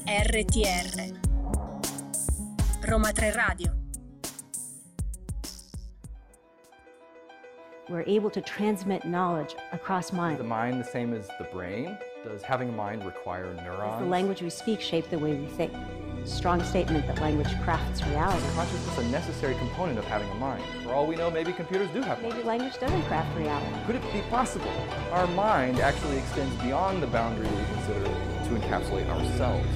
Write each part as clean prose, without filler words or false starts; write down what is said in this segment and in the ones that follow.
RTR Roma 3 Radio. We're able to transmit knowledge across Is mind. the mind the same as the brain? Does having a mind require Does neurons? the language we speak shape the way we think? Strong statement that language crafts reality. Consciousness a necessary component of having a mind. For all we know, maybe computers do have Maybe minds. language doesn't craft reality. Could it be possible our mind actually extends beyond the boundary we consider to encapsulate ourselves?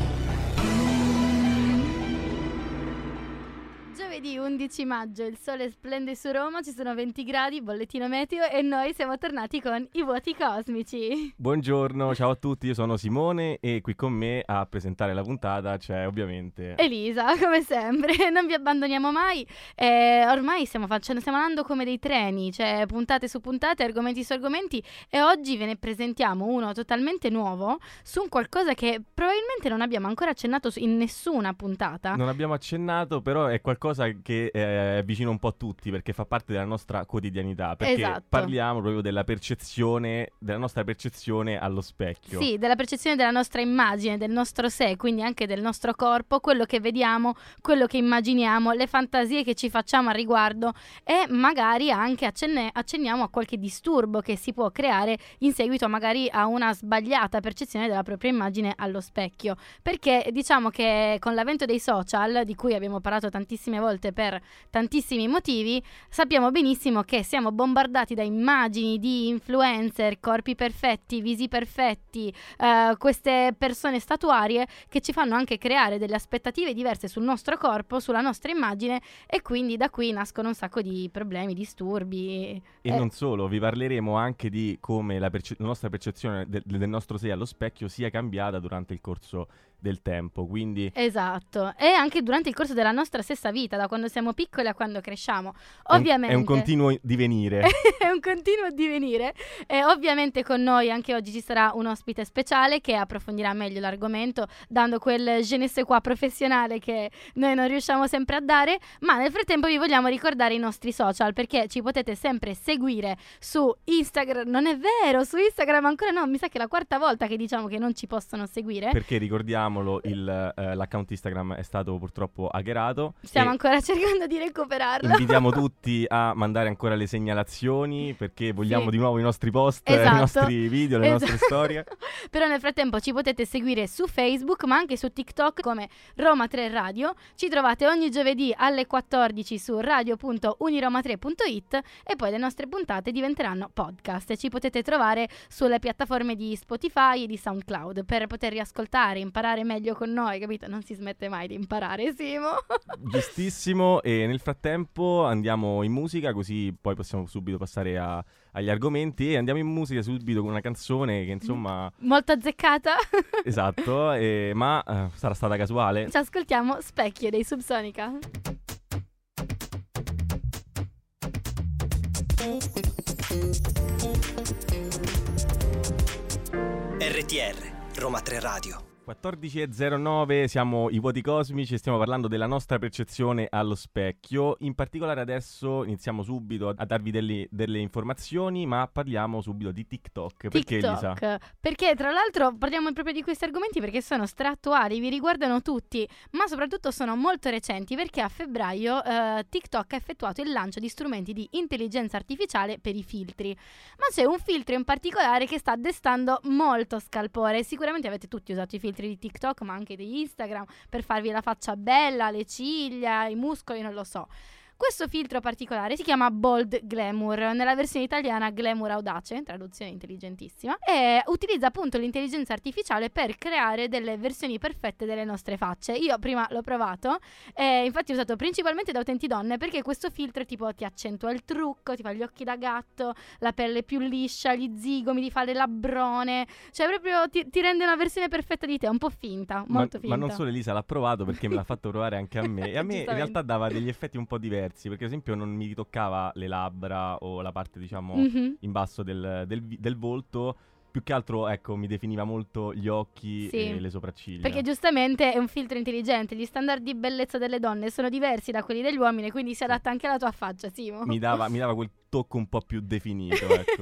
Giovedì 11 maggio, il sole splende su Roma, ci sono 20 gradi, bollettino meteo e noi siamo tornati con i vuoti cosmici. Buongiorno, ciao a tutti, io sono Simone e qui con me a presentare la puntata c'è ovviamente Elisa, come sempre, non vi abbandoniamo mai. Ormai stiamo andando come dei treni, cioè puntate su puntate, argomenti su argomenti, e oggi ve ne presentiamo uno totalmente nuovo su un qualcosa che probabilmente non abbiamo ancora accennato in nessuna puntata. Non abbiamo accennato, però è qualcosa che è vicino un po' a tutti perché fa parte della nostra quotidianità, perché Esatto. parliamo proprio della nostra percezione allo specchio. Sì, della percezione della nostra immagine, del nostro sé, quindi anche del nostro corpo, quello che vediamo, quello che immaginiamo, le fantasie che ci facciamo a riguardo e magari anche accenniamo a qualche disturbo che si può creare in seguito magari a una sbagliata percezione della propria immagine allo specchio. Perché diciamo che con l'avvento dei social, di cui abbiamo parlato tantissime volte per tantissimi motivi, sappiamo benissimo che siamo bombardati da immagini di influencer, corpi perfetti, visi perfetti, queste persone statuarie che ci fanno anche creare delle aspettative diverse sul nostro corpo, sulla nostra immagine, e quindi da qui nascono un sacco di problemi, disturbi. E non solo, vi parleremo anche di come la nostra percezione del nostro sé allo specchio sia cambiata durante il corso del tempo, quindi Esatto, e anche durante il corso della nostra stessa vita, da quando siamo piccoli a quando cresciamo. è Ovviamente un continuo divenire. è un continuo divenire, e ovviamente con noi anche oggi ci sarà un ospite speciale che approfondirà meglio l'argomento, dando quel je ne sais quoi professionale che noi non riusciamo sempre a dare. Ma nel frattempo vi vogliamo ricordare i nostri social, perché ci potete sempre seguire su Instagram. Non è vero, su Instagram ancora no, mi sa che è la quarta volta che diciamo che non ci possono seguire. Perché ricordiamolo, l'account Instagram è stato purtroppo hackerato. Stiamo e ancora cercando di recuperarlo. invitiamo tutti a mandare ancora le segnalazioni perché vogliamo Sì. di nuovo i nostri post, Esatto. i nostri video, le nostre Esatto. storie. Però nel frattempo ci potete seguire su Facebook, ma anche su TikTok come Roma 3 Radio. Ci trovate ogni giovedì alle 14 su radio.uniroma3.it e poi le nostre puntate diventeranno podcast e ci potete trovare sulle piattaforme di Spotify e di SoundCloud per poter riascoltare, imparare meglio con noi, capito? Non si smette mai di imparare, Simo. Giustissimo, e nel frattempo andiamo in musica, così poi possiamo subito passare agli argomenti, e andiamo in musica subito con una canzone che insomma Molto azzeccata. esatto, ma sarà stata casuale. Ci ascoltiamo Specchio dei Subsonica. RTR Roma 3 Radio. 14.09, siamo i vuoti cosmici e stiamo parlando della nostra percezione allo specchio. In particolare adesso iniziamo subito a darvi delle informazioni, ma parliamo subito di TikTok. Perché Elisa? Perché tra l'altro parliamo proprio di questi argomenti perché sono straattuali, vi riguardano tutti, ma soprattutto sono molto recenti, perché a febbraio TikTok ha effettuato il lancio di strumenti di intelligenza artificiale per i filtri. Ma c'è un filtro in particolare che sta destando molto scalpore. Sicuramente avete tutti usato i filtri di TikTok, ma anche di Instagram, per farvi la faccia bella, le ciglia, i muscoli, non lo so. Questo filtro particolare si chiama Bold Glamour, nella versione italiana Glamour Audace, traduzione intelligentissima, e utilizza appunto l'intelligenza artificiale per creare delle versioni perfette delle nostre facce. Io prima l'ho provato e infatti ho usato principalmente da utenti donne, perché questo filtro tipo ti accentua il trucco, ti fa gli occhi da gatto, la pelle più liscia, gli zigomi, ti fa le labbrone, cioè proprio ti rende una versione perfetta di te, un po' finta, molto finta. Ma non solo Elisa l'ha provato, perché me l'ha fatto provare anche a me, e a me in realtà dava degli effetti un po' diversi. Perché ad esempio non mi toccava le labbra o la parte diciamo in basso del volto, più che altro ecco mi definiva molto gli occhi e le sopracciglia. Perché giustamente è un filtro intelligente, gli standard di bellezza delle donne sono diversi da quelli degli uomini, quindi si adatta anche alla tua faccia, Simo. Mi dava quel tocco un po' più definito, ecco.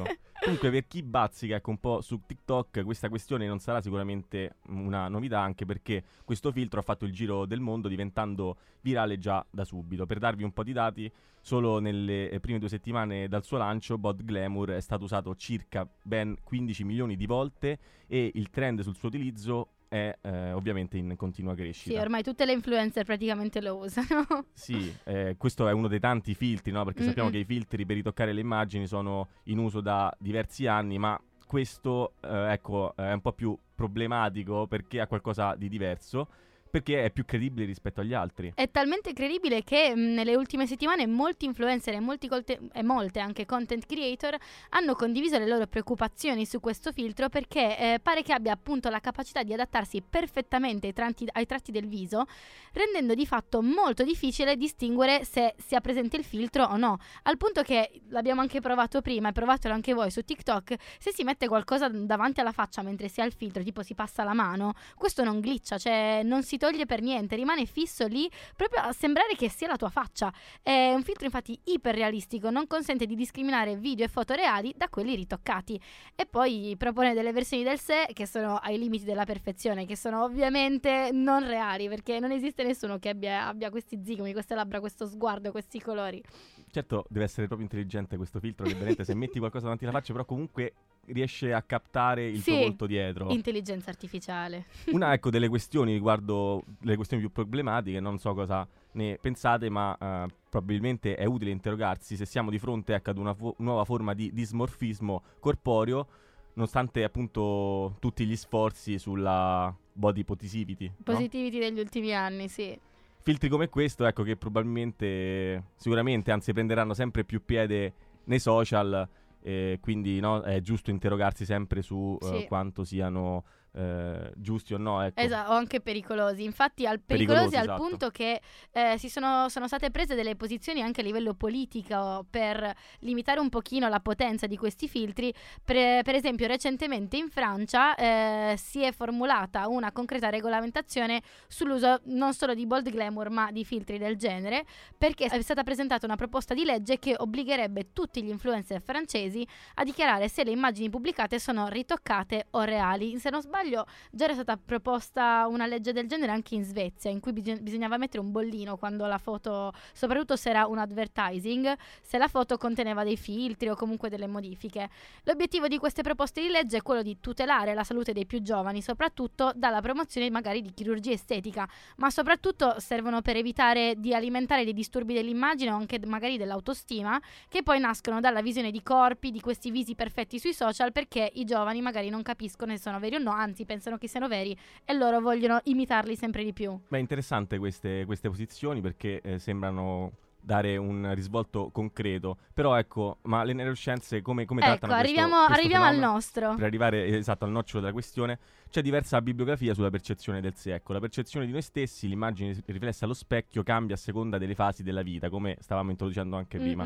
Comunque per chi bazzica, ecco, un po' su TikTok, questa questione non sarà sicuramente una novità, anche perché questo filtro ha fatto il giro del mondo diventando virale già da subito. Per darvi un po' di dati, solo nelle prime 2 settimane dal suo lancio Bod Glamour è stato usato circa ben 15 milioni di volte e il trend sul suo utilizzo è ovviamente in continua crescita. Sì, ormai tutte le influencer praticamente lo usano. Sì, questo è uno dei tanti filtri, no? Perché sappiamo che i filtri per ritoccare le immagini sono in uso da diversi anni, ma questo ecco, è un po' più problematico perché ha qualcosa di diverso, perché è più credibile rispetto agli altri. È talmente credibile che nelle ultime settimane molti influencer e molte anche content creator hanno condiviso le loro preoccupazioni su questo filtro, perché pare che abbia appunto la capacità di adattarsi perfettamente ai tratti del viso, rendendo di fatto molto difficile distinguere se sia presente il filtro o no, al punto che l'abbiamo anche provato prima e provatelo anche voi su TikTok: se si mette qualcosa davanti alla faccia mentre si ha il filtro, tipo si passa la mano, questo non glitcha, cioè non si toglie per niente, rimane fisso lì proprio a sembrare che sia la tua faccia. È un filtro infatti iperrealistico, non consente di discriminare video e foto reali da quelli ritoccati, e poi propone delle versioni del sé che sono ai limiti della perfezione, che sono ovviamente non reali, perché non esiste nessuno che abbia questi zigomi, queste labbra, questo sguardo, questi colori. Certo, deve essere proprio intelligente questo filtro, che veramente se metti qualcosa davanti alla faccia, però comunque riesce a captare il tuo volto dietro. Intelligenza artificiale. Una, ecco, delle questioni riguardo le questioni più problematiche, non so cosa ne pensate, ma probabilmente è utile interrogarsi se siamo di fronte, ecco, ad una nuova forma di dismorfismo corporeo, nonostante appunto tutti gli sforzi sulla body positivity. Positivity, no? Degli ultimi anni, sì. Filtri come questo, ecco, che probabilmente, sicuramente, anzi prenderanno sempre più piede nei social, quindi no, è giusto interrogarsi sempre su quanto siano giusti o no, ecco. Esatto, o anche pericolosi. Infatti pericolosi al esatto. punto che sono state prese delle posizioni anche a livello politico per limitare un pochino la potenza di questi filtri. Per esempio recentemente in Francia si è formulata una concreta regolamentazione sull'uso non solo di Bold Glamour ma di filtri del genere, perché è stata presentata una proposta di legge che obbligherebbe tutti gli influencer francesi a dichiarare se le immagini pubblicate sono ritoccate o reali. Se non sbaglio già era stata proposta una legge del genere anche in Svezia, in cui bisognava mettere un bollino quando la foto, soprattutto se era un advertising, se la foto conteneva dei filtri o comunque delle modifiche. L'obiettivo di queste proposte di legge è quello di tutelare la salute dei più giovani, soprattutto dalla promozione magari di chirurgia estetica, ma soprattutto servono per evitare di alimentare dei disturbi dell'immagine o anche magari dell'autostima, che poi nascono dalla visione di corpi, di questi visi perfetti sui social, perché i giovani magari non capiscono se sono veri o no, anzi pensano che siano veri e loro vogliono imitarli sempre di più. Beh, è interessante queste posizioni, perché sembrano dare un risvolto concreto. Però ecco, ma le neuroscienze come trattano arriviamo al nostro. Per arrivare esatto al nocciolo della questione, c'è diversa bibliografia sulla percezione del sé. Ecco, la percezione di noi stessi, l'immagine riflessa allo specchio cambia a seconda delle fasi della vita, come stavamo introducendo anche prima.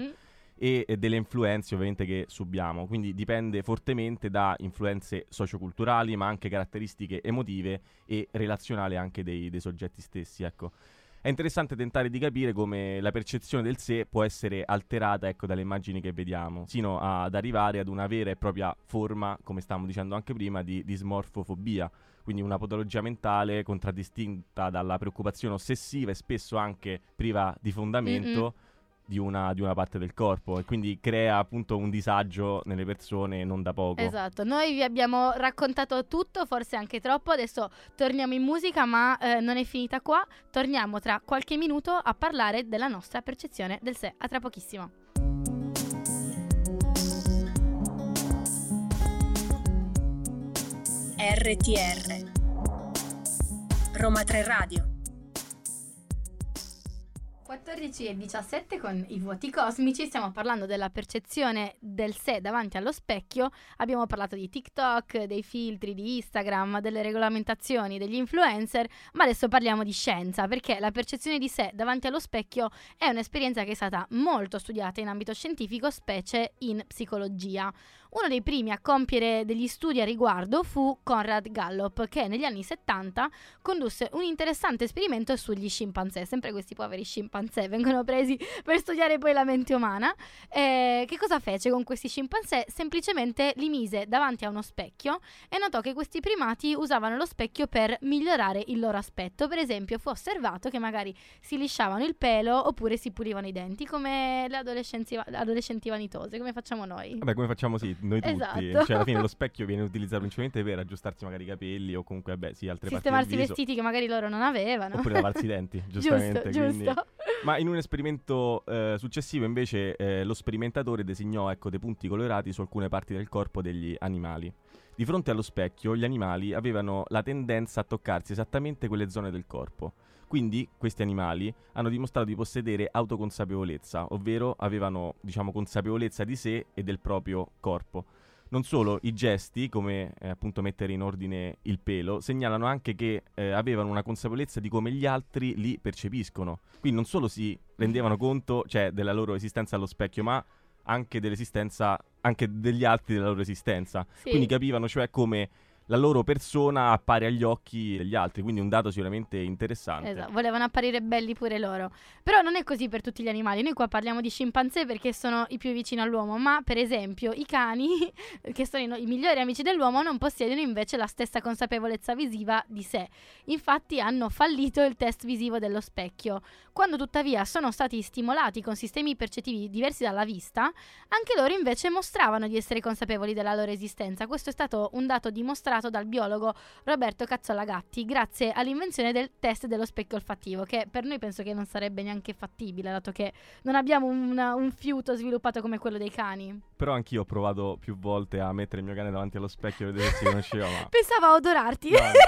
E delle influenze ovviamente che subiamo, quindi dipende fortemente da influenze socioculturali, ma anche caratteristiche emotive e relazionali anche dei soggetti stessi, ecco. È interessante tentare di capire come la percezione del sé può essere alterata, ecco, dalle immagini che vediamo, sino ad arrivare ad una vera e propria forma, come stavamo dicendo anche prima, di dismorfofobia, quindi una patologia mentale contraddistinta dalla preoccupazione ossessiva e spesso anche priva di fondamento di una parte del corpo, e quindi crea appunto un disagio nelle persone non da poco. Esatto, noi vi abbiamo raccontato tutto, forse anche troppo. Adesso torniamo in musica, ma non è finita qua. Torniamo tra qualche minuto a parlare della nostra percezione del sé. A tra pochissimo. RTR Roma 3 Radio. 14:17 con i vuoti cosmici, stiamo parlando della percezione del sé davanti allo specchio. Abbiamo parlato di TikTok, dei filtri di Instagram, delle regolamentazioni degli influencer, ma adesso parliamo di scienza, perché la percezione di sé davanti allo specchio è un'esperienza che è stata molto studiata in ambito scientifico, specie in psicologia. Uno dei primi a compiere degli studi a riguardo fu Conrad Gallup, che negli anni 70 condusse un interessante esperimento sugli scimpanzé. Sempre questi poveri scimpanzé vengono presi per studiare poi la mente umana. Che cosa fece con questi scimpanzé? Semplicemente li mise davanti a uno specchio e notò che questi primati usavano lo specchio per migliorare il loro aspetto. Per esempio, fu osservato che magari si lisciavano il pelo oppure si pulivano i denti, come le adolescenti vanitose, come facciamo noi. Vabbè, come facciamo noi tutti. Esatto. Cioè, alla fine lo specchio viene utilizzato principalmente per aggiustarsi magari i capelli o comunque, altre parti del viso. Sistemarsi i vestiti che magari loro non avevano. Oppure lavarsi i denti, giustamente. Giusto. Ma in un esperimento successivo, invece, lo sperimentatore disegnò dei punti colorati su alcune parti del corpo degli animali. Di fronte allo specchio, gli animali avevano la tendenza a toccarsi esattamente quelle zone del corpo. Quindi questi animali hanno dimostrato di possedere autoconsapevolezza, ovvero avevano, consapevolezza di sé e del proprio corpo. Non solo, i gesti, come appunto mettere in ordine il pelo, segnalano anche che avevano una consapevolezza di come gli altri li percepiscono. Quindi non solo si rendevano conto, della loro esistenza allo specchio, ma anche dell'esistenza anche degli altri della loro esistenza. Sì. Quindi capivano, come la loro persona appare agli occhi degli altri, quindi un dato sicuramente interessante. Esatto, volevano apparire belli pure loro. Però non è così per tutti gli animali. Noi qua parliamo di scimpanzé perché sono i più vicini all'uomo, ma per esempio i cani, che sono i migliori amici dell'uomo, non possiedono invece la stessa consapevolezza visiva di sé. Infatti hanno fallito il test visivo dello specchio. Quando tuttavia sono stati stimolati con sistemi percettivi diversi dalla vista, anche loro invece mostravano di essere consapevoli della loro esistenza. Questo è stato un dato dimostrato dal biologo Roberto Cazzola Gatti grazie all'invenzione del test dello specchio olfattivo, che per noi penso che non sarebbe neanche fattibile, dato che non abbiamo un fiuto sviluppato come quello dei cani. Però anch'io ho provato più volte a mettere il mio cane davanti allo specchio e vedere se si conosceva, ma... Pensavo a odorarti.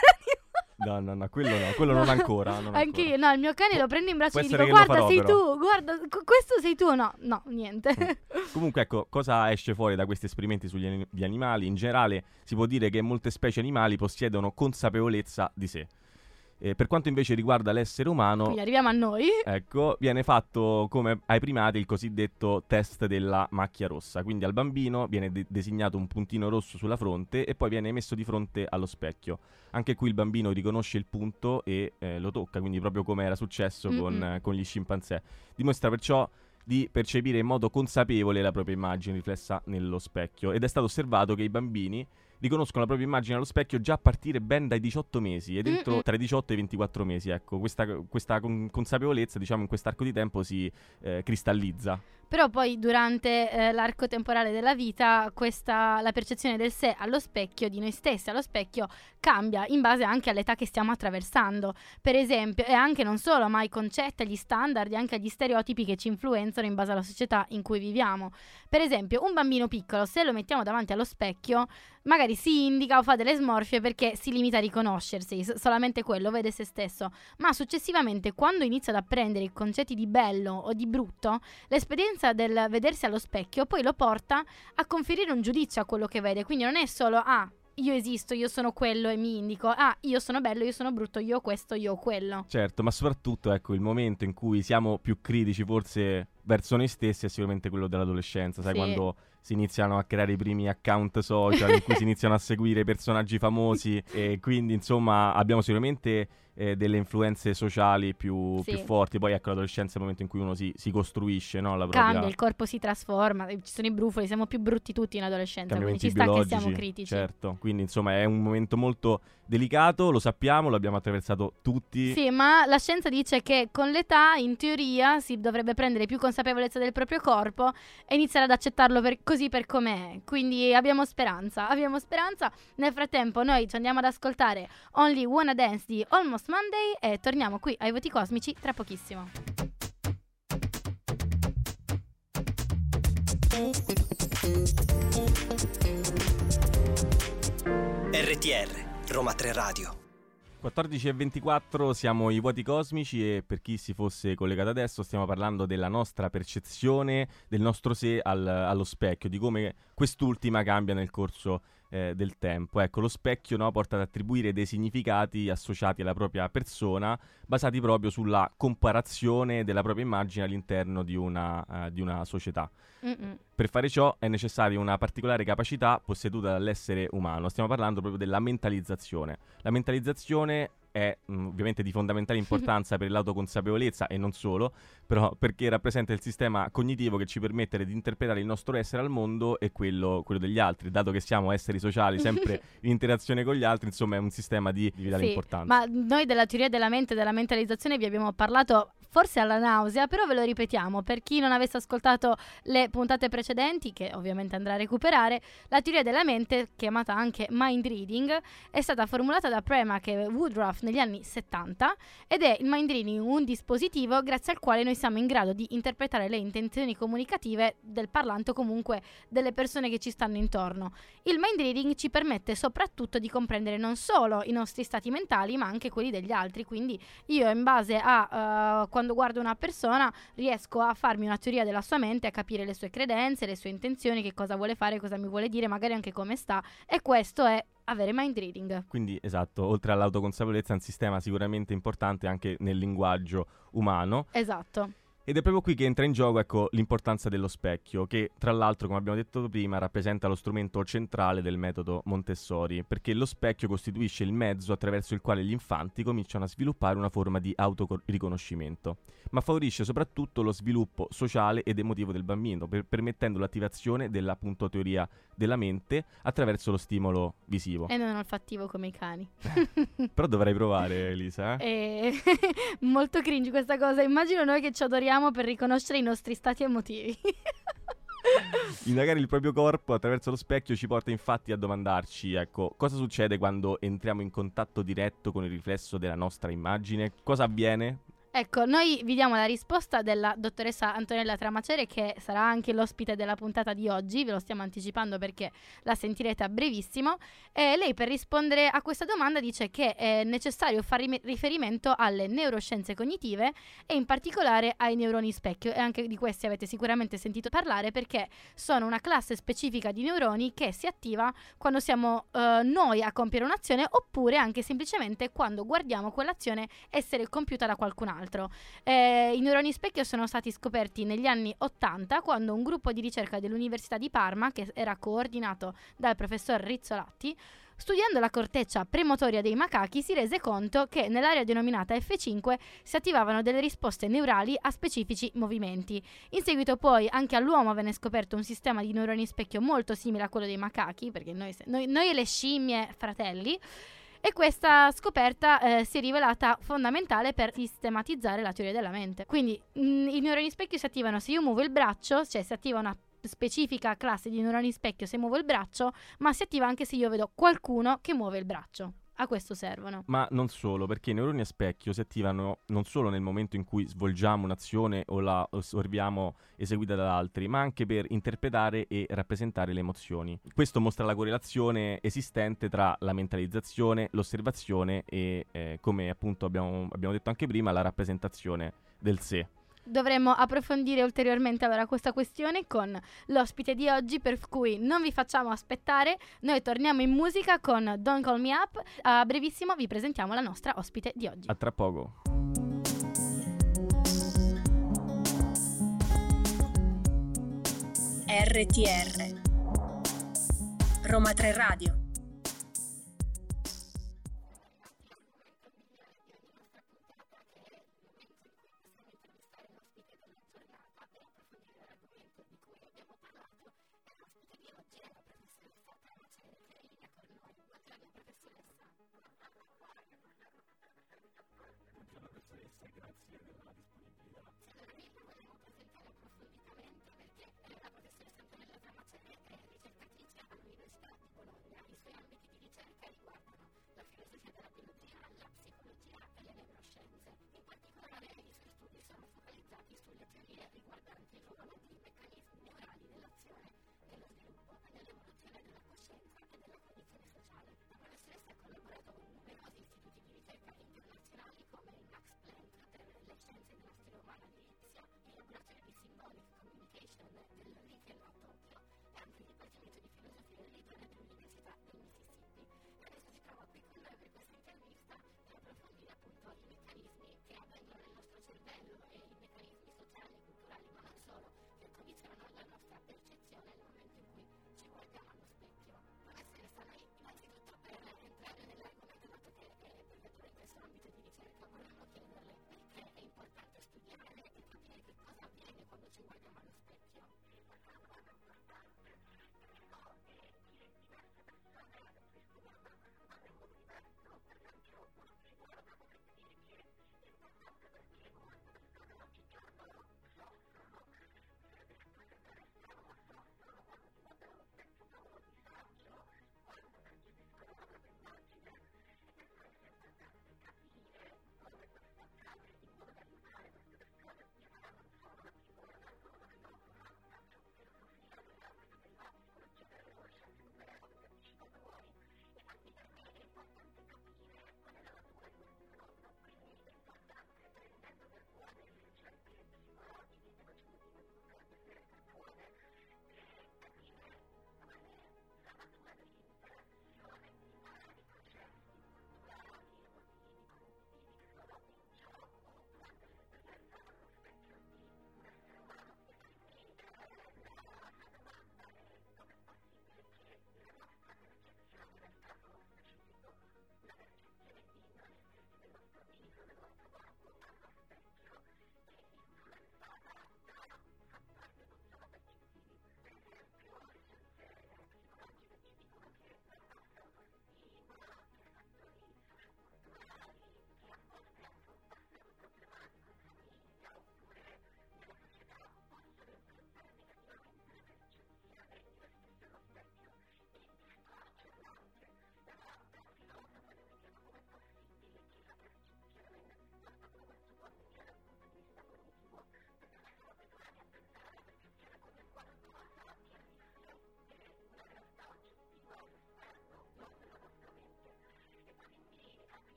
No, quello non ancora. Anche io, no, il mio cane lo prendo in braccio e gli dico: guarda, sei tu, guarda, questo sei tu. No, niente. Comunque, cosa esce fuori da questi esperimenti sugli animali? In generale si può dire che molte specie animali possiedono consapevolezza di sé. Per quanto invece riguarda l'essere umano, quindi arriviamo a noi. Viene fatto come ai primati il cosiddetto test della macchia rossa. Quindi al bambino viene designato un puntino rosso sulla fronte e poi viene messo di fronte allo specchio. Anche qui il bambino riconosce il punto e lo tocca, quindi proprio come era successo con gli scimpanzé. Dimostra perciò di percepire in modo consapevole la propria immagine riflessa nello specchio, ed è stato osservato che i bambini riconoscono la propria immagine allo specchio già a partire ben dai 18 mesi, ed entro tra i 18 e i 24 mesi, questa consapevolezza, in quest'arco di tempo si cristallizza. Però poi durante l'arco temporale della vita la percezione del sé allo specchio, di noi stessi allo specchio, cambia in base anche all'età che stiamo attraversando. Per esempio, e anche non solo, ma ai concetti, agli standard e anche agli stereotipi che ci influenzano in base alla società in cui viviamo. Per esempio, un bambino piccolo, se lo mettiamo davanti allo specchio, magari si indica o fa delle smorfie perché si limita a riconoscersi, solamente quello, vede se stesso. Ma successivamente, quando inizia ad apprendere i concetti di bello o di brutto, l'esperienza del vedersi allo specchio poi lo porta a conferire un giudizio a quello che vede. Quindi non è solo io esisto, io sono quello e mi indico, io sono bello, io sono brutto, io ho questo, io ho quello. Certo, ma soprattutto il momento in cui siamo più critici forse verso noi stessi è sicuramente quello dell'adolescenza, sai, quando si iniziano a creare i primi account social in cui si iniziano a seguire i personaggi famosi e quindi insomma abbiamo sicuramente delle influenze sociali più forti. Poi l'adolescenza è il momento in cui uno si costruisce, no? Cambia, il corpo si trasforma, ci sono i brufoli, siamo più brutti tutti in adolescenza, quindi ci sta biologici, che siamo critici. Certo, quindi insomma è un momento molto delicato, lo sappiamo, lo abbiamo attraversato tutti. Sì, ma la scienza dice che con l'età in teoria si dovrebbe prendere più consapevolezza del proprio corpo e iniziare ad accettarlo così per com'è. Quindi abbiamo speranza. Nel frattempo noi ci andiamo ad ascoltare Only Wanna Dance di Almost Monday e torniamo qui ai Voti Cosmici tra pochissimo. RTR Roma 3 Radio. 14:24, siamo i Vuoti Cosmici e per chi si fosse collegato adesso stiamo parlando della nostra percezione del nostro sé allo specchio, di come quest'ultima cambia nel corso del tempo. Ecco, lo specchio, no, porta ad attribuire dei significati associati alla propria persona, basati proprio sulla comparazione della propria immagine all'interno di una società. Per fare ciò è necessaria una particolare capacità posseduta dall'essere umano. Stiamo parlando proprio della mentalizzazione. La mentalizzazione è ovviamente di fondamentale importanza per l'autoconsapevolezza e non solo, però perché rappresenta il sistema cognitivo che ci permette di interpretare il nostro essere al mondo e quello degli altri. Dato che siamo esseri sociali, sempre in interazione con gli altri, insomma è un sistema di vitale importanza. Ma noi della teoria della mente e della mentalizzazione vi abbiamo parlato forse alla nausea, però ve lo ripetiamo per chi non avesse ascoltato le puntate precedenti, che ovviamente andrà a recuperare. La teoria della mente, chiamata anche mind reading, è stata formulata da Premack e Woodruff negli anni 70 ed è il mind reading un dispositivo grazie al quale noi siamo in grado di interpretare le intenzioni comunicative del parlante o comunque delle persone che ci stanno intorno. Il mind reading ci permette soprattutto di comprendere non solo i nostri stati mentali ma anche quelli degli altri, quindi io in base a quando guardo una persona riesco a farmi una teoria della sua mente, a capire le sue credenze, le sue intenzioni, che cosa vuole fare, cosa mi vuole dire, magari anche come sta, e questo è avere mind reading. Quindi esatto, oltre all'autoconsapevolezza è un sistema sicuramente importante anche nel linguaggio umano. Esatto. Ed è proprio qui che entra in gioco, ecco, l'importanza dello specchio, che tra l'altro, come abbiamo detto prima, rappresenta lo strumento centrale del metodo Montessori, perché lo specchio costituisce il mezzo attraverso il quale gli infanti cominciano a sviluppare una forma di autoriconoscimento, ma favorisce soprattutto lo sviluppo sociale ed emotivo del bambino, permettendo l'attivazione della, appunto, teoria della mente attraverso lo stimolo visivo. E non olfattivo come i cani. Però dovrai provare, Elisa. Molto cringe questa cosa. Immagino noi che ci adoriamo per riconoscere i nostri stati emotivi. Indagare il proprio corpo attraverso lo specchio ci porta infatti a domandarci, ecco, cosa succede quando entriamo in contatto diretto con il riflesso della nostra immagine? Cosa avviene? Ecco, noi vi diamo la risposta della dottoressa Antonella Tramacere, che sarà anche l'ospite della puntata di oggi, ve lo stiamo anticipando perché la sentirete a brevissimo, e lei per rispondere a questa domanda dice che è necessario fare riferimento alle neuroscienze cognitive e in particolare ai neuroni specchio, e anche di questi avete sicuramente sentito parlare perché sono una classe specifica di neuroni che si attiva quando siamo noi a compiere un'azione oppure anche semplicemente quando guardiamo quell'azione essere compiuta da qualcun altro. I neuroni specchio sono stati scoperti negli anni 80 quando un gruppo di ricerca dell'Università di Parma, che era coordinato dal professor Rizzolatti, studiando la corteccia premotoria dei macachi, si rese conto che nell'area denominata F5 si attivavano delle risposte neurali a specifici movimenti. In seguito poi anche all'uomo venne scoperto un sistema di neuroni specchio molto simile a quello dei macachi, perché noi e le scimmie fratelli. E questa scoperta si è rivelata fondamentale per sistematizzare la teoria della mente. Quindi i neuroni specchio si attivano se io muovo il braccio, cioè si attiva una specifica classe di neuroni specchio se muovo il braccio, ma si attiva anche se io vedo qualcuno che muove il braccio. A questo servono. Ma non solo, perché i neuroni a specchio si attivano non solo nel momento in cui svolgiamo un'azione o la osserviamo eseguita da altri, ma anche per interpretare e rappresentare le emozioni. Questo mostra la correlazione esistente tra la mentalizzazione, l'osservazione e, come appunto abbiamo detto anche prima, la rappresentazione del sé. Dovremmo approfondire ulteriormente allora questa questione con l'ospite di oggi, per cui non vi facciamo aspettare, noi torniamo in musica con Don't Call Me Up. A brevissimo vi presentiamo la nostra ospite di oggi. A tra poco. RTR Roma 3 Radio.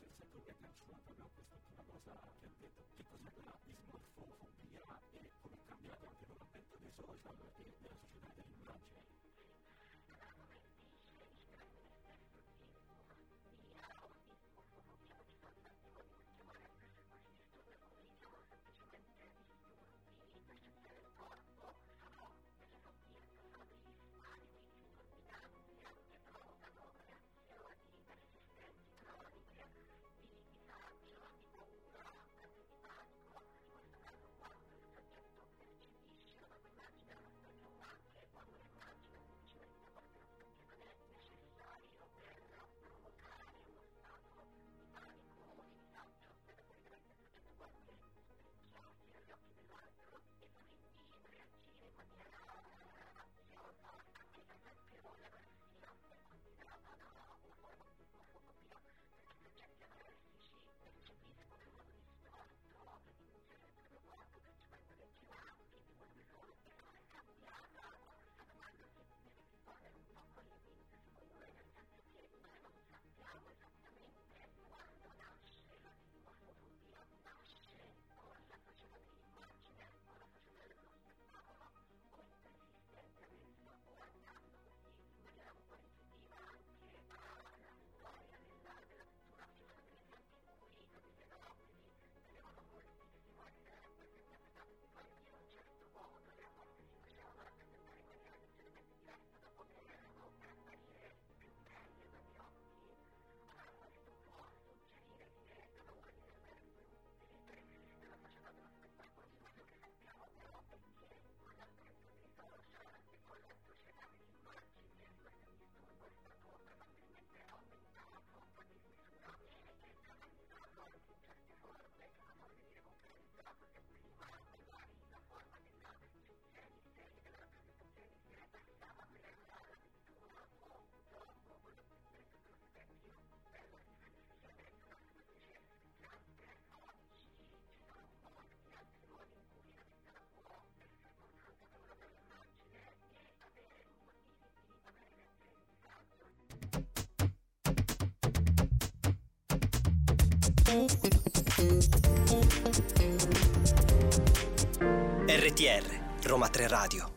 RTR, Roma 3 Radio.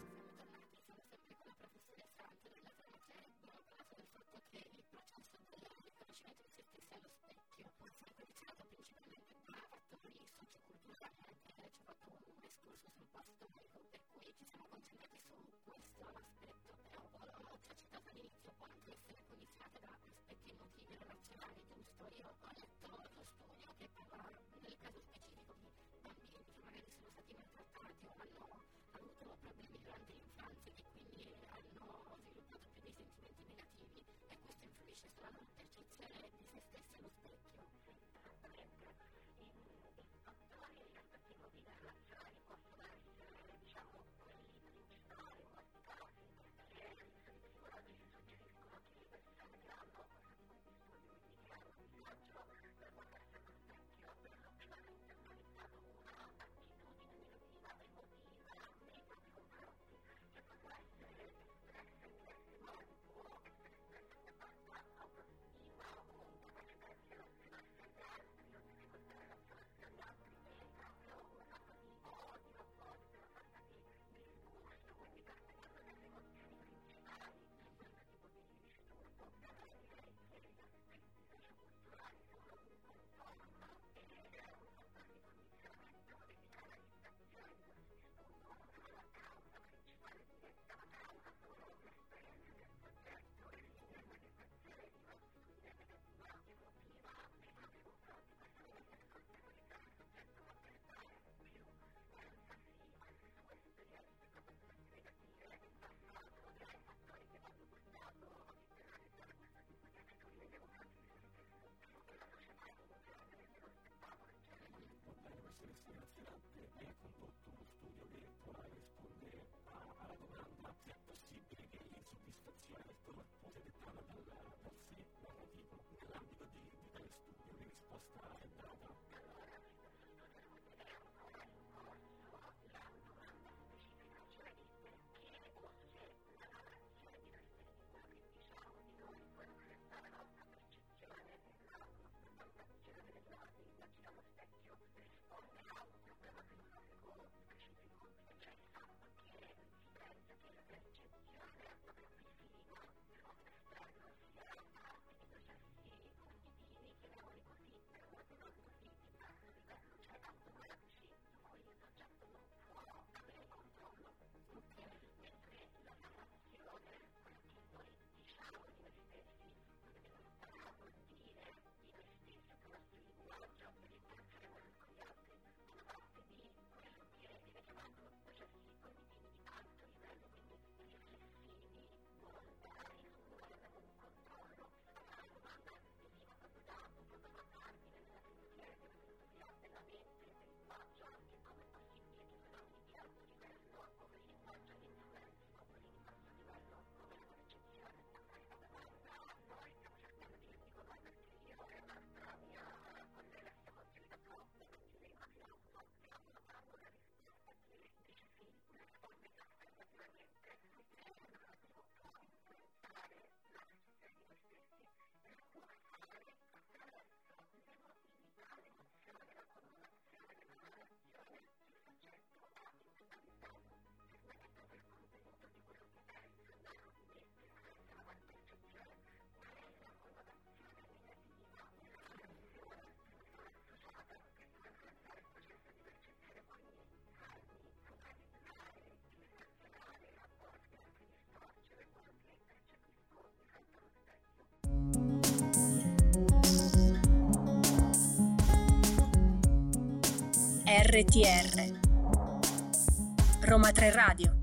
Nel caso specifico di bambini che magari sono stati maltrattati o hanno avuto problemi durante RTR Roma 3 Radio.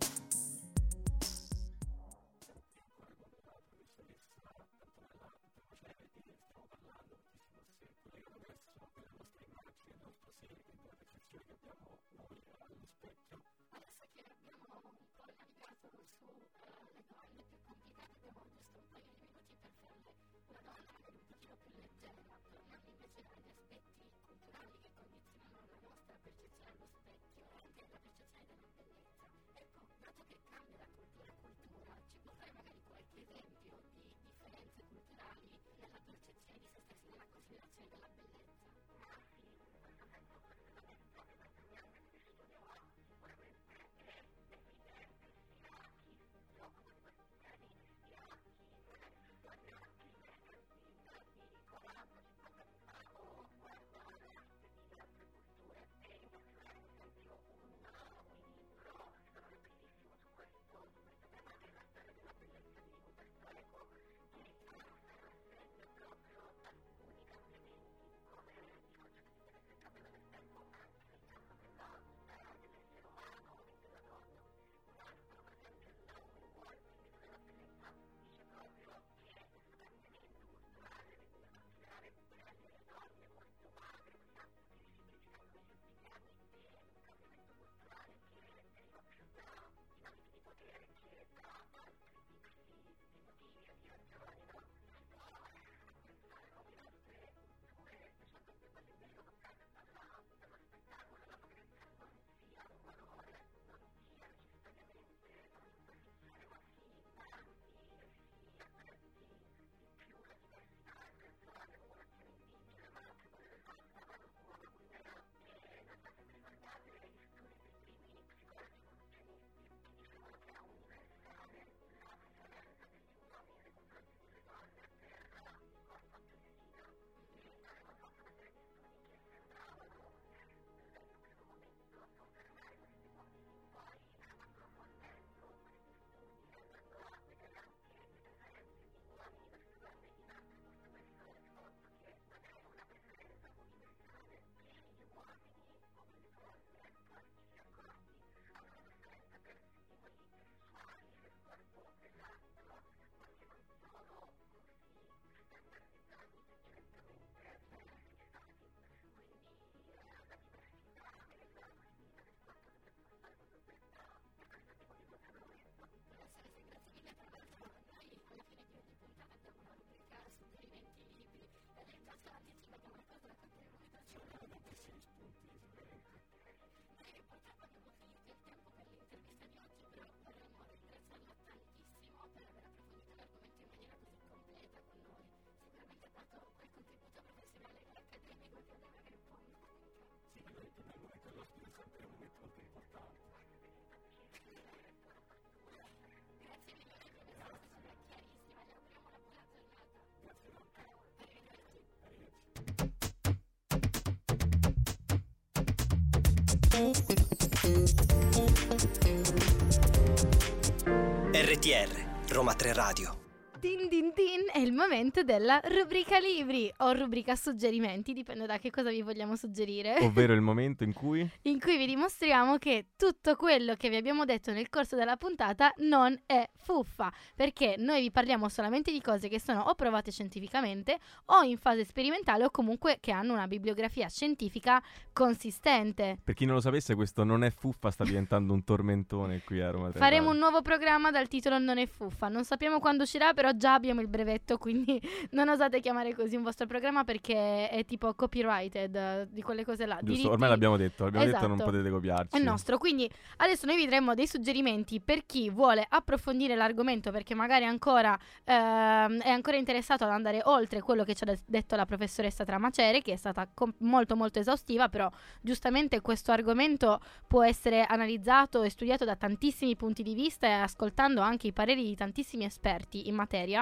RTR Roma 3 Radio. Din din din, è il momento della rubrica libri o rubrica suggerimenti, dipende da che cosa vi vogliamo suggerire. Ovvero il momento in cui vi dimostriamo che tutto quello che vi abbiamo detto nel corso della puntata non è fuffa, perché noi vi parliamo solamente di cose che sono o provate scientificamente o in fase sperimentale o comunque che hanno una bibliografia scientifica consistente. Per chi non lo sapesse, questo non è fuffa sta diventando un tormentone qui a Roma 3 Faremo un nuovo programma dal titolo Non è fuffa, non sappiamo quando uscirà, però già abbiamo il brevetto, quindi non osate chiamare così un vostro programma perché è tipo copyrighted, di quelle cose là. Giusto, diritti... ormai l'abbiamo detto, esatto. Non potete copiarci. È nostro, quindi adesso noi vi daremo dei suggerimenti per chi vuole approfondire l'argomento, perché magari ancora è ancora interessato ad andare oltre quello che ci ha detto la professoressa Tramacere, che è stata molto molto esaustiva, però giustamente questo argomento può essere analizzato e studiato da tantissimi punti di vista e ascoltando anche i pareri di tantissimi esperti in materia.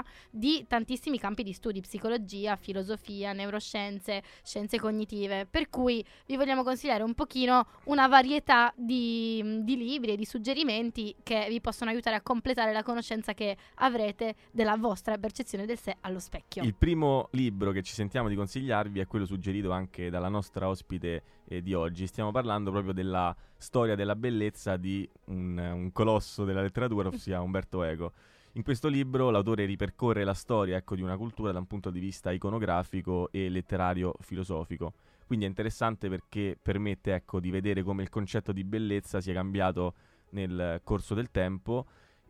storia di tantissimi campi di studi, psicologia, filosofia, neuroscienze, scienze cognitive, per cui vi vogliamo consigliare un pochino una varietà di libri e di suggerimenti che vi possono aiutare a completare la conoscenza che avrete della vostra percezione del sé allo specchio. Il primo libro che ci sentiamo di consigliarvi è quello suggerito anche dalla nostra ospite di oggi. Stiamo parlando proprio della storia della bellezza di un colosso della letteratura, ossia Umberto Eco. In questo libro l'autore ripercorre la storia, di una cultura da un punto di vista iconografico e letterario filosofico. Quindi è interessante perché permette di vedere come il concetto di bellezza sia cambiato nel corso del tempo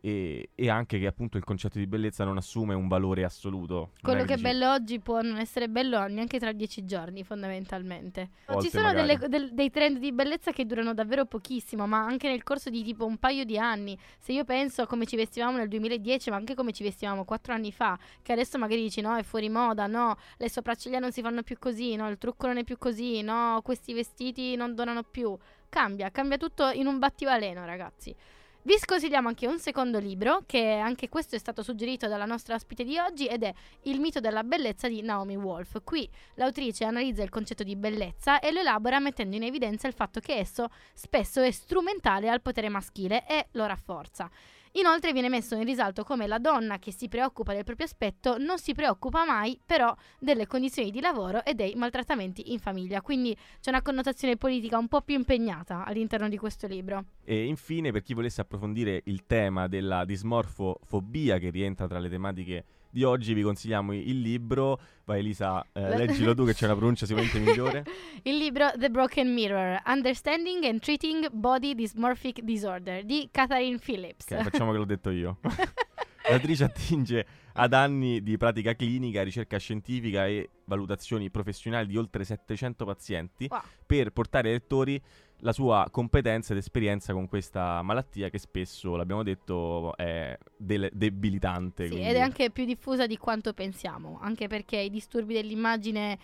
e anche che appunto il concetto di bellezza non assume un valore assoluto. Quello che è bello oggi può non essere bello neanche tra 10 giorni, fondamentalmente. Ci sono dei trend di bellezza che durano davvero pochissimo, ma anche nel corso di tipo un paio di anni. Se io penso a come ci vestivamo nel 2010, ma anche come ci vestivamo 4 anni fa, che adesso magari dici no, è fuori moda, no, le sopracciglia non si fanno più così, no, il trucco non è più così, no, questi vestiti non donano più. Cambia tutto in un battibaleno, ragazzi. Vi sconsigliamo anche un secondo libro, che anche questo è stato suggerito dalla nostra ospite di oggi, ed è Il mito della bellezza di Naomi Wolf. Qui l'autrice analizza il concetto di bellezza e lo elabora mettendo in evidenza il fatto che esso spesso è strumentale al potere maschile e lo rafforza. Inoltre viene messo in risalto come la donna che si preoccupa del proprio aspetto non si preoccupa mai però delle condizioni di lavoro e dei maltrattamenti in famiglia, quindi c'è una connotazione politica un po' più impegnata all'interno di questo libro. E infine, per chi volesse approfondire il tema della dismorfofobia, che rientra tra le tematiche di oggi, vi consigliamo il libro. Vai Elisa, leggilo tu che c'è una pronuncia sicuramente migliore. Il libro The Broken Mirror, Understanding and Treating Body Dysmorphic Disorder di Catherine Phillips. Ok, facciamo che l'ho detto io. L'autrice attinge ad anni di pratica clinica, ricerca scientifica e valutazioni professionali di oltre 700 pazienti per portare ai lettori la sua competenza ed esperienza con questa malattia che spesso, l'abbiamo detto, è debilitante. Sì, quindi... ed è anche più diffusa di quanto pensiamo, anche perché i disturbi dell'immagine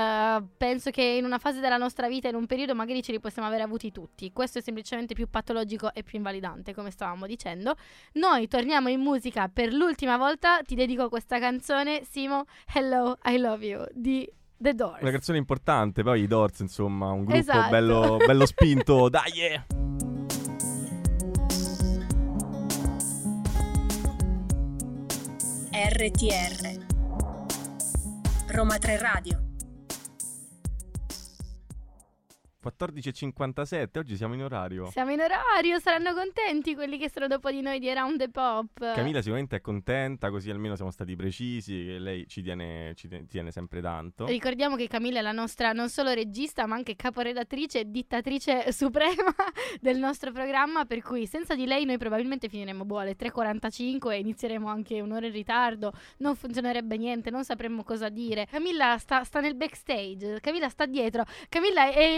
penso che in una fase della nostra vita, in un periodo, magari ce li possiamo aver avuti tutti. Questo è semplicemente più patologico e più invalidante, come stavamo dicendo. Noi torniamo in musica per l'ultima volta, ti dedico questa canzone, Simo, Hello, I Love You, di The Doors. Una canzone importante, poi i Doors, insomma, un gruppo bello spinto, dai! Yeah! RTR Roma 3 Radio. 14:57, oggi siamo in orario. Siamo in orario, saranno contenti quelli che sono dopo di noi di Around the Pop. Camilla sicuramente è contenta, così almeno siamo stati precisi, che lei ci tiene sempre tanto. Ricordiamo che Camilla è la nostra non solo regista, ma anche caporedattrice e dittatrice suprema del nostro programma, per cui senza di lei noi probabilmente finiremo alle 3:45 e inizieremo anche un'ora in ritardo, non funzionerebbe niente, non sapremmo cosa dire. Camilla sta nel backstage, Camilla sta dietro, Camilla è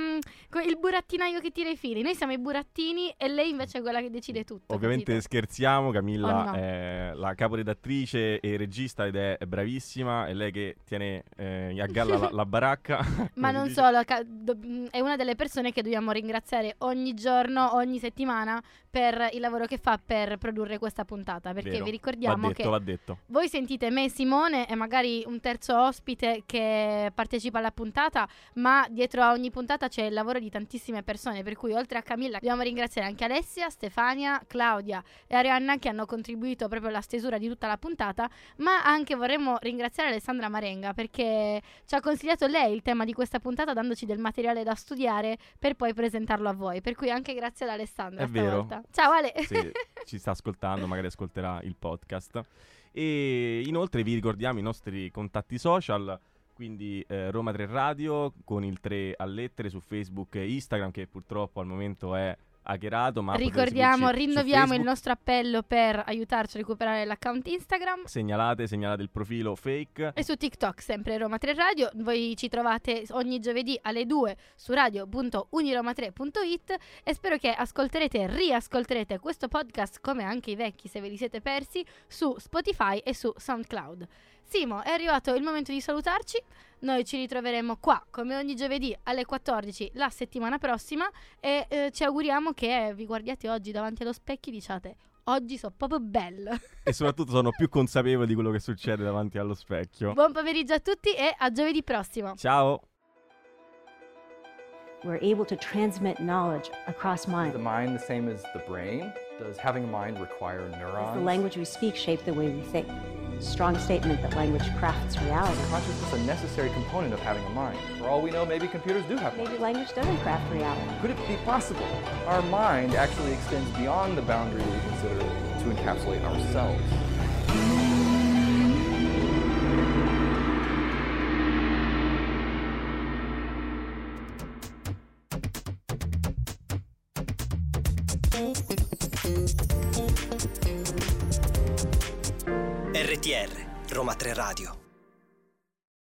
il burattinaio che tira i fili. Noi siamo i burattini e lei invece è quella che decide tutto. Ovviamente capito? Scherziamo, Camilla no. è la caporedattrice e regista ed è bravissima, è lei che tiene a galla la baracca. Ma non solo, è una delle persone che dobbiamo ringraziare ogni giorno, ogni settimana per il lavoro che fa per produrre questa puntata, perché Vero. vi ricordiamo va detto. Voi sentite me, Simone e magari un terzo ospite che partecipa alla puntata, ma dietro a ogni puntata c'è il lavoro di tantissime persone, per cui oltre a Camilla dobbiamo ringraziare anche Alessia, Stefania, Claudia e Arianna che hanno contribuito proprio alla stesura di tutta la puntata, ma anche vorremmo ringraziare Alessandra Marenga perché ci ha consigliato lei il tema di questa puntata dandoci del materiale da studiare per poi presentarlo a voi, per cui anche grazie ad Alessandra stavolta. Ciao Ale! Sì, ci sta ascoltando, magari ascolterà il podcast. E inoltre vi ricordiamo i nostri contatti social, quindi Roma 3 Radio con il 3 a lettere su Facebook e Instagram, che purtroppo al momento è hackerato, ma ricordiamo, rinnoviamo il nostro appello per aiutarci a recuperare l'account Instagram. Segnalate il profilo fake. E su TikTok sempre Roma 3 Radio. Voi ci trovate ogni giovedì alle 2 su radio.uniroma3.it e spero che ascolterete e riascolterete questo podcast, come anche i vecchi se ve li siete persi, su Spotify e su SoundCloud. Simo, è arrivato il momento di salutarci. Noi ci ritroveremo qua come ogni giovedì alle 14 la settimana prossima e ci auguriamo che vi guardiate oggi davanti allo specchio e diciate oggi so proprio bello. E soprattutto sono più consapevole di quello che succede davanti allo specchio. Buon pomeriggio a tutti e a giovedì prossimo. Ciao. We're able to transmit knowledge across Is the minds. mind the same as the brain? Does having a mind require Does neurons? the language we speak shape the way we think? Strong statement that language crafts reality. Is consciousness a necessary component of having a mind? For all we know, maybe computers do have Maybe minds. language doesn't craft reality. Could it be possible? Our mind actually extends beyond the boundary we consider to encapsulate ourselves. RTR, Roma 3 Radio.